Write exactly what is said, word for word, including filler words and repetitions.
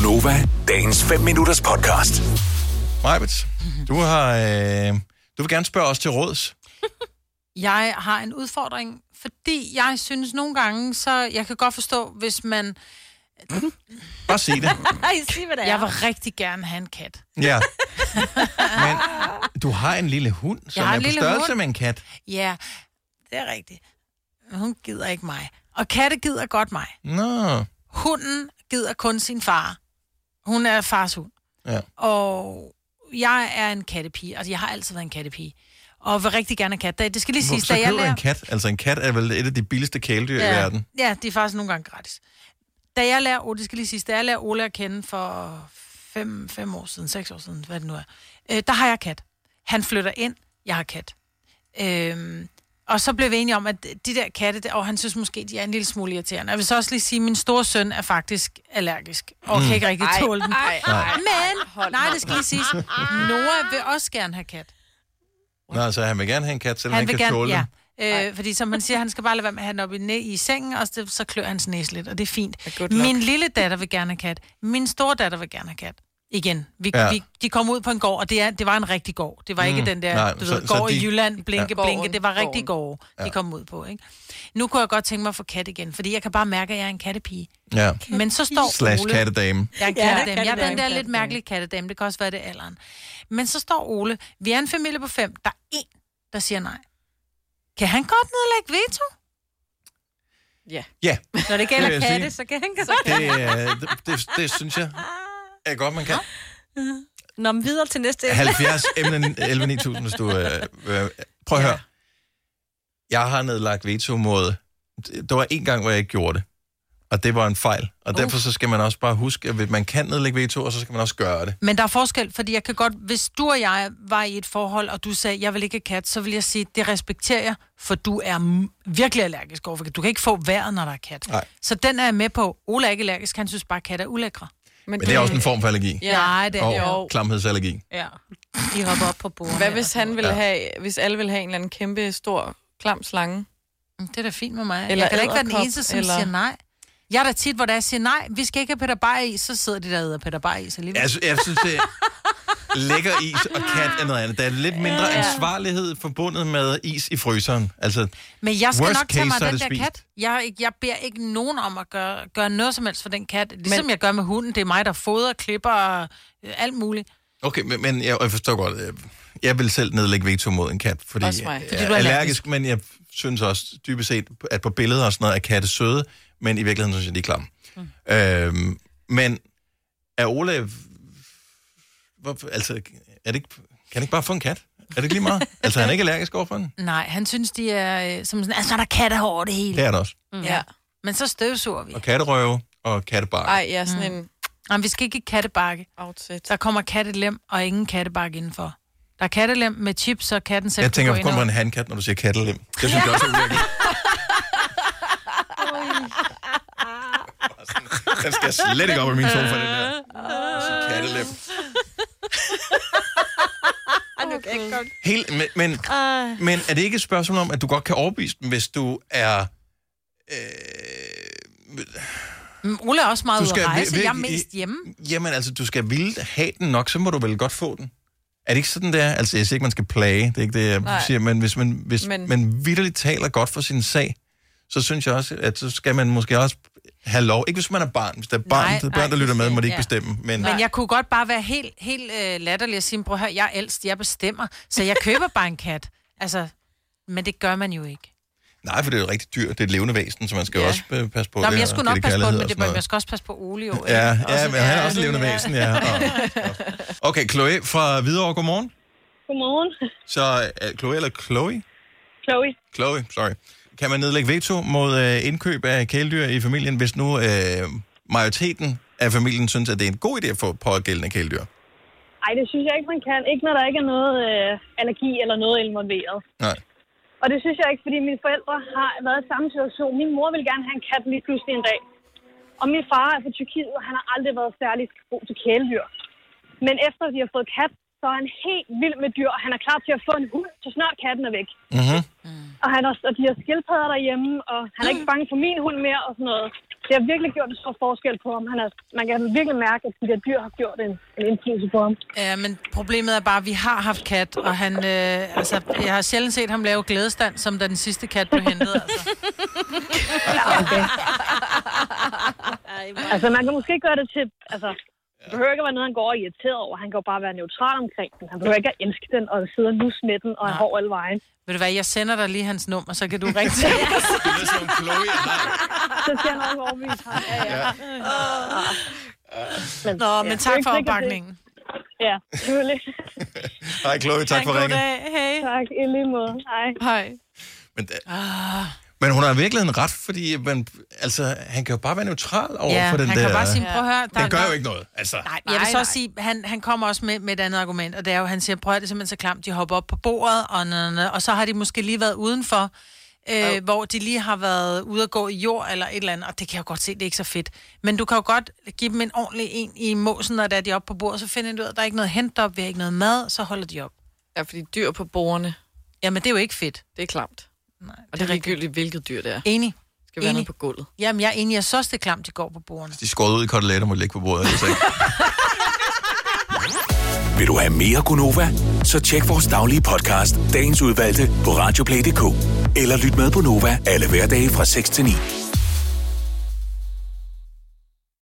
Gonova, dagens fem minutters podcast. Majbet, du har, øh, du vil gerne spørge os til råds. Jeg har en udfordring, fordi jeg synes nogle gange, så jeg kan godt forstå, hvis man... Bare sig det. Ej, sig, hvad det er. Jeg vil rigtig gerne have en kat. Ja. Men du har en lille hund, som har er en på lille størrelse hund. med en kat. Ja, det er rigtigt. Men hun gider ikke mig. Og katte gider godt mig. Nå. Hunden gider kun sin far. Hun er fars hund. Ja. Og jeg er en kattepige. Altså, jeg har altid været en kattepige. Og vil rigtig gerne have kat. Det skal lige Hvor, sige, så da jeg køber lærer... en kat. Altså en kat er vel et af de billigste kæledyr ja, i verden. Ja, de er faktisk nogle gange gratis. Da jeg lærer, oh, det skal lige sige, da jeg lærer Ole at kende for fem, fem år siden, seks år siden, hvad det nu er, øh, der har jeg kat. Han flytter ind, jeg har kat. Øhm, og så blev vi enige om, at de der katte, der, og han synes måske, de er en lille smule irriterende. Jeg vil så også lige sige, at min store søn er faktisk allergisk, og mm. kan ikke rigtig tåle den. Ej, ej, Men, nej, det skal lige siges, Noah vil også gerne have kat. Nå, altså han vil gerne have en kat, selvom han, Han han vil kan gerne, tåle ja. den. Øh, fordi som man siger, han skal bare lade være med at have den op i, næ- i sengen, og så, så klør hans næse lidt, og det er fint. Min lille datter vil gerne have kat. Min store datter vil gerne have kat. Igen. Vi, Ja. vi, de kom ud på en gård, og det, er, det var en rigtig gård. Det var ikke Mm. den der, Nej, du så- ved, så gård de- i Jylland, blinke, Ja. blinke. Det var rigtig Gården. gård, de Ja. kom ud på, ikke? Nu kunne jeg godt tænke mig at få kat igen, fordi jeg kan bare mærke, at jeg er en kattepige. Ja. Men så står Slash Ole... kattedame. Jeg er en Ja, kattedame. Jeg er kattedame, den der lidt kattedame. mærkelige kattedame. Det kan også være det er alderen. Men så står Ole, vi er en familie på fem. Der er en, der siger nej. Kan han godt nedlægge veto? Ja. Ja, Når det Det gælder vil jeg katte, sige. så kan han godt. det, øh, det, det, det synes jeg er godt, man kan. Nå, men videre til næste. halvfjerds elleve ni tusind, hvis du... Øh, øh, prøv at høre. Jeg har nedlagt veto mod... Der var en gang, hvor jeg ikke gjorde det. Og det var en fejl. Og uh. derfor så skal man også bare huske, at man kan nedlægge veto, og så skal man også gøre det. Men der er forskel, fordi jeg kan godt, hvis du og jeg var i et forhold, og du sagde, jeg vil ikke have kat, så vil jeg sige, det respekterer jeg, for du er m- virkelig allergisk overfor kat. Du kan ikke få vejret, når der er kat. Nej. Så den er jeg med på. Ole er ikke allergisk, han synes bare, at kat er ulækre. Men det er også en form for allergi. Ja. Nej, det er Og jo. klamhedsallergi. Ja. De hopper op på bordet. Hvad hvis han ville Ja. have, hvis alle ville have en eller anden kæmpe, stor, klam slange? Det er da fint med mig. Eller Jeg kan da ikke være den edderkop, eneste, som eller- siger nej. Jeg er da tit, hvor der siger nej, vi skal ikke have Peter Bayer i, så sidder de der og æder Peter Bayer i. Så alligevel. Jeg, sy- jeg synes, det er lækker is og kat er noget andet. Der er lidt mindre ansvarlighed forbundet med is i fryseren. Altså, Men jeg skal worst nok tage case, mig så er af den det der spist. kat. Jeg, er ikke- jeg beder ikke nogen om at gøre, gøre noget som helst for den kat. Ligesom men... jeg gør med hunden. Det er mig, der fodrer, klipper og øh, alt muligt. okay, men, men jeg, jeg forstår godt. Jeg, jeg vil selv nedlægge veto mod en kat, fordi Også mig. jeg Fordi er du er allergisk, allergisk. men jeg synes også dybest set, at på billeder og sådan noget er katte søde, men i virkeligheden synes jeg, de er klamme. Mm. Øhm, men er Ole... Hvor, altså, er det ikke, kan han ikke bare få en kat? Er det ikke lige meget? Altså, han er ikke allergisk overfor den? Nej, han synes, de er øh, som sådan, altså, der er katte over det hele. Det er det også. Mm. Ja. Men så støvsuger vi. Og katterøve og kattebark. Ej, ja, sådan en Jamen, vi skal ikke give kattebakke. outfit. Der kommer kattelem og ingen kattebakke indenfor. Der er kattelem med chips, så katten selv Jeg tænker kan gå kun ind på og... en handkat, når du siger kattelem. Det synes jeg også er ulækkert. Den skal slet ikke op i min sofa, den der. Og så kattelem. Helt, men, men, men er det ikke et spørgsmål om, at du godt kan overbevise dem, hvis du er... Øh, Mm, Ole er også meget Du ude skal at rejse. vir- Jeg er vir- mest hjemme. Jamen, altså, du skal ville have den nok, så må du vel godt få den. Er det ikke sådan, der? Altså, jeg siger ikke, man skal plage, det er ikke det, jeg Nej. siger, men hvis man, hvis Men- man vitterligt taler godt for sin sag, så synes jeg også, at så skal man måske også have lov. Ikke hvis man er barn. Hvis der er barn, Nej, der, nej, børn, der lytter med, må de ikke ja. bestemme. Men, Men jeg kunne godt bare være helt, helt øh, latterlig og sige, prøv at høre, jeg er ældst, jeg bestemmer, så jeg køber bare en kat. Altså, men det gør man jo ikke. nej, for det er jo rigtig dyrt. Det er et levende væsen, så man skal jo Ja. også øh, passe på Nå, men det. jeg og skulle give nok passe på kærlighed det, men og det, sådan noget. man skal også passe på Ole jo. ikke? Ja, ja, Også- men han er også et levende væsen, ja. Og- Okay, Chloe fra Hvidovre, godmorgen. Godmorgen. Så uh, Chloe eller Chloe? Chloe. Chloe, sorry. Kan man nedlægge veto mod øh, indkøb af kæledyr i familien, hvis nu øh, majoriteten af familien synes, at det er en god idé at få pågældende kæledyr? Ej, det synes jeg ikke, man kan. Ikke når der ikke er noget øh, allergi eller noget involveret. Nej. Og det synes jeg ikke, fordi mine forældre har været i samme situation. Min mor ville gerne have en kat lige pludselig en dag. Og min far er fra Tyrkiet, og han har aldrig været særlig god til kæledyr. Men efter de har fået kat, så er han helt vild med dyr, og han er klar til at få en hund, så snart katten er væk. Mm-hmm. Og, han har, og de har skildpadder derhjemme, og han er ikke bange for min hund mere og sådan noget. det har virkelig gjort en stor forskel på ham. Han er, man kan virkelig mærke, at de der dyr har gjort en, en indflydelse på ham. Ja, men problemet er bare, at vi har haft kat, og han, øh, altså, jeg har sjældent set ham lave glædestand, som da den sidste kat blev hentet, altså. Ja, okay. Altså, man kan måske gøre det til, altså, det behøver ikke at være noget, han går og er irriteret over. Han kan jo bare være neutral omkring den. Han behøver ikke at elske den og sidde og nusse med den og have hår alle vejen. Ved du hvad, jeg sender dig lige hans nummer, så kan du ringe til Det er som Chloe, jeg har. Så skal jeg nok overbevise ham. Ja, ja. Men, Nå, ja, men tak for opbakningen. Ja, selvfølgelig. Hej Chloe, tak for ringen. Hej. Tak, i lige måde. Hej. Hej. Men, ah. men hun har virkelig en ret, fordi man, altså, han kan jo bare være neutral over ja, for den der... han kan bare sige, prøv at høre... Den gør jo ikke noget, altså. Nej, jeg vil så også sige, han, han kommer også med, med et andet argument, og det er jo, han siger, prøv at det er simpelthen så klamt, de hopper op på bordet, og, og så har de måske lige været udenfor, øh, oh. hvor de lige har været ude at gå i jord eller et eller andet, og det kan jeg jo godt se, det er ikke så fedt. Men du kan jo godt give dem en ordentlig en i måsen, når der er de oppe på bordet, så finder du ud af, at der er ikke noget hent op, vi har ikke noget mad, så holder de op. Ja, fordi dyr på bordene. Jamen, det er jo ikke fedt. Det er klamt. Nej, og det er ligegyldigt, hvilket dyr det er. Enig. Det skal være noget på gulvet. Jamen, jeg er enig. Jeg så det klamt, de går på bordene. De skåret ud i koteletter må ligge på bordet. Vil du have mere Gunova? Så tjek vores daglige podcast, dagens udvalgte, på radioplay punktum d k. Eller lyt med på Nova alle hverdage fra seks til ni.